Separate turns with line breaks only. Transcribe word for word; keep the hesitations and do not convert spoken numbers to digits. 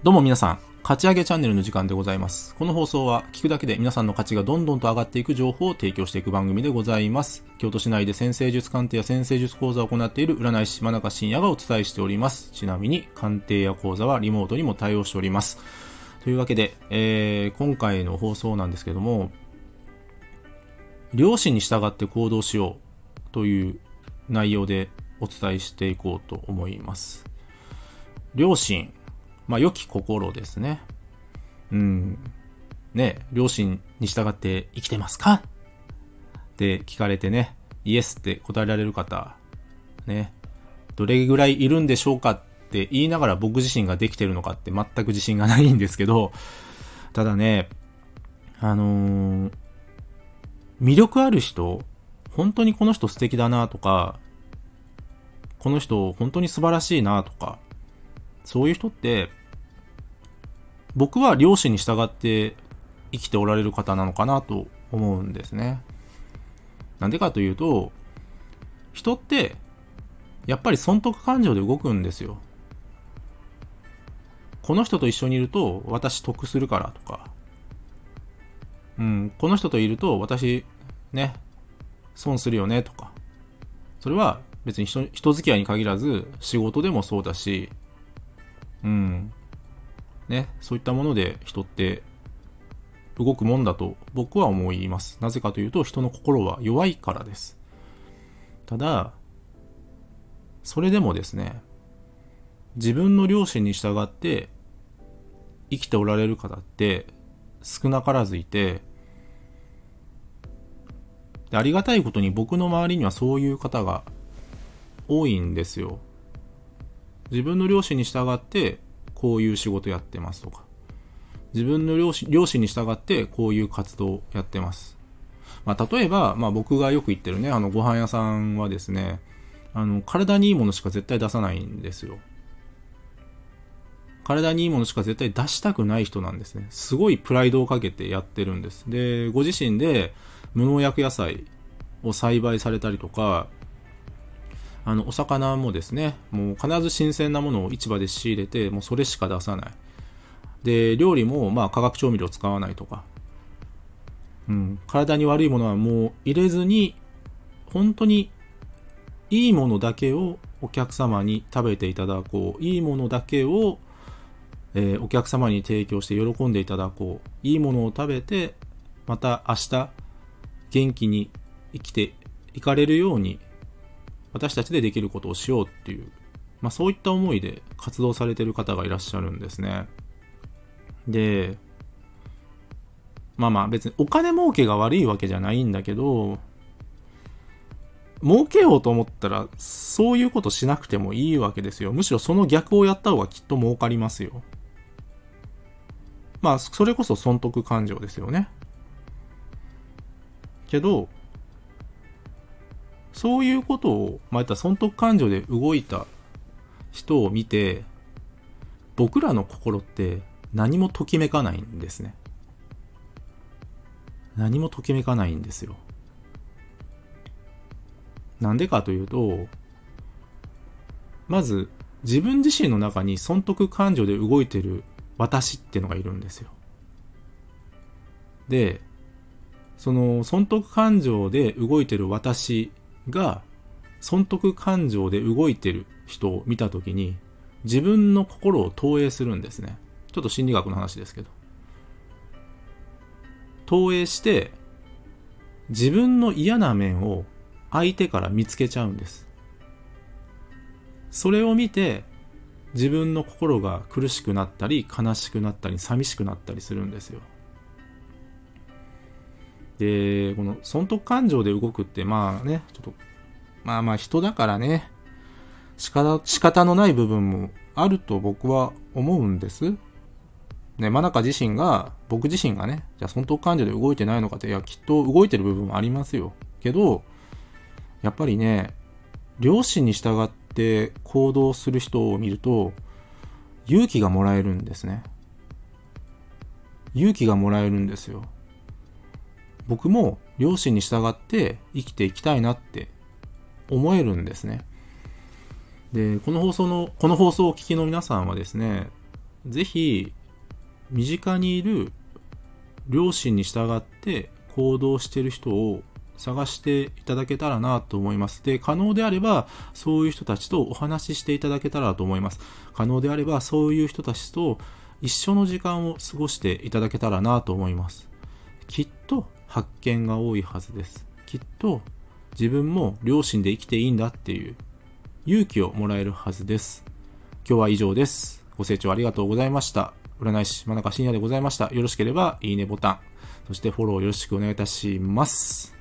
どうも皆さん、勝ち上げチャンネルの時間でございます。この放送は聞くだけで皆さんの価値がどんどんと上がっていく情報を提供していく番組でございます。京都市内で占星術鑑定や占星術講座を行っている占い師真中信也がお伝えしております。ちなみに鑑定や講座はリモートにも対応しております。というわけで、えー、今回の放送なんですけども、良心に従って行動しようという内容でお伝えしていこうと思います。良心、まあ良き心ですね。うん。ね、良心に従って生きてますかって聞かれてね、イエスって答えられる方、ね、どれぐらいいるんでしょうかって言いながら僕自身ができてるのかって全く自信がないんですけど、ただね、あのー、魅力ある人、本当にこの人素敵だなとか、この人本当に素晴らしいなとか、そういう人って僕は良心に従って生きておられる方なのかなと思うんですね。なんでかというと、人ってやっぱり損得感情で動くんですよ。この人と一緒にいると私得するからとか、うん、この人といると私ね損するよねとか、それは別に 人, 人付き合いに限らず仕事でもそうだし、うんね、そういったもので人って動くもんだと僕は思います。なぜかというと、人の心は弱いからです。ただそれでもですね、自分の良心に従って生きておられる方って少なからずいて、ありがたいことに僕の周りにはそういう方が多いんですよ。自分の良心に従ってこういう仕事やってますとか、自分の良心、良心に従ってこういう活動やってます。まあ、例えば、まあ、僕がよく行ってるね、あのご飯屋さんはですね、あの体にいいものしか絶対出さないんですよ。体にいいものしか絶対出したくない人なんですね。すごいプライドをかけてやってるんです。で、ご自身で無農薬野菜を栽培されたりとか、あのお魚もですね、もう必ず新鮮なものを市場で仕入れて、もうそれしか出さない。で、料理もまあ化学調味料使わないとか、うん、体に悪いものはもう入れずに、本当にいいものだけをお客様に食べていただこう、いいものだけを、えー、お客様に提供して喜んでいただこう、いいものを食べてまた明日元気に生きていかれるように私たちでできることをしようっていう、まあ、そういった思いで活動されている方がいらっしゃるんですね。で、まあまあ別にお金儲けが悪いわけじゃないんだけど、儲けようと思ったらそういうことしなくてもいいわけですよ。むしろその逆をやった方がきっと儲かりますよ。まあそれこそ損得感情ですよね。けどそういうことを、まあ、言った損得感情で動いた人を見て、僕らの心って何もときめかないんですね。何もときめかないんですよ。なんでかというと、まず自分自身の中に損得感情で動いてる私っていうのがいるんですよ。で、その損得感情で動いてる私が損得感情で動いてる人を見たときに、自分の心を投影するんですね。ちょっと心理学の話ですけど、投影して自分の嫌な面を相手から見つけちゃうんです。それを見て自分の心が苦しくなったり悲しくなったり寂しくなったりするんですよ。で、この損得感情で動くってまあね、ちょっとまあまあ人だからね、仕方、仕方のない部分もあると僕は思うんです。ね、真中自身が、僕自身がね、じゃあ損得感情で動いてないのかって、いやきっと動いてる部分もありますよ。けど、やっぱりね、良心に従って行動する人を見ると、勇気がもらえるんですね。勇気がもらえるんですよ。僕も良心に従って生きていきたいなって思えるんですね。で、この放送のこの放送をお聞きの皆さんはですね、 ぜひ身近にいる良心に従って行動している人を探していただけたらなと思います。で、可能であればそういう人たちとお話ししていただけたらと思います。可能であればそういう人たちと一緒の時間を過ごしていただけたらなと思います。きっと発見が多いはずです。きっと自分も良心で生きていいんだっていう勇気をもらえるはずです。今日は以上です。ご清聴ありがとうございました。占い師真中信也でございました。よろしければいいねボタン、そしてフォローよろしくお願いいたします。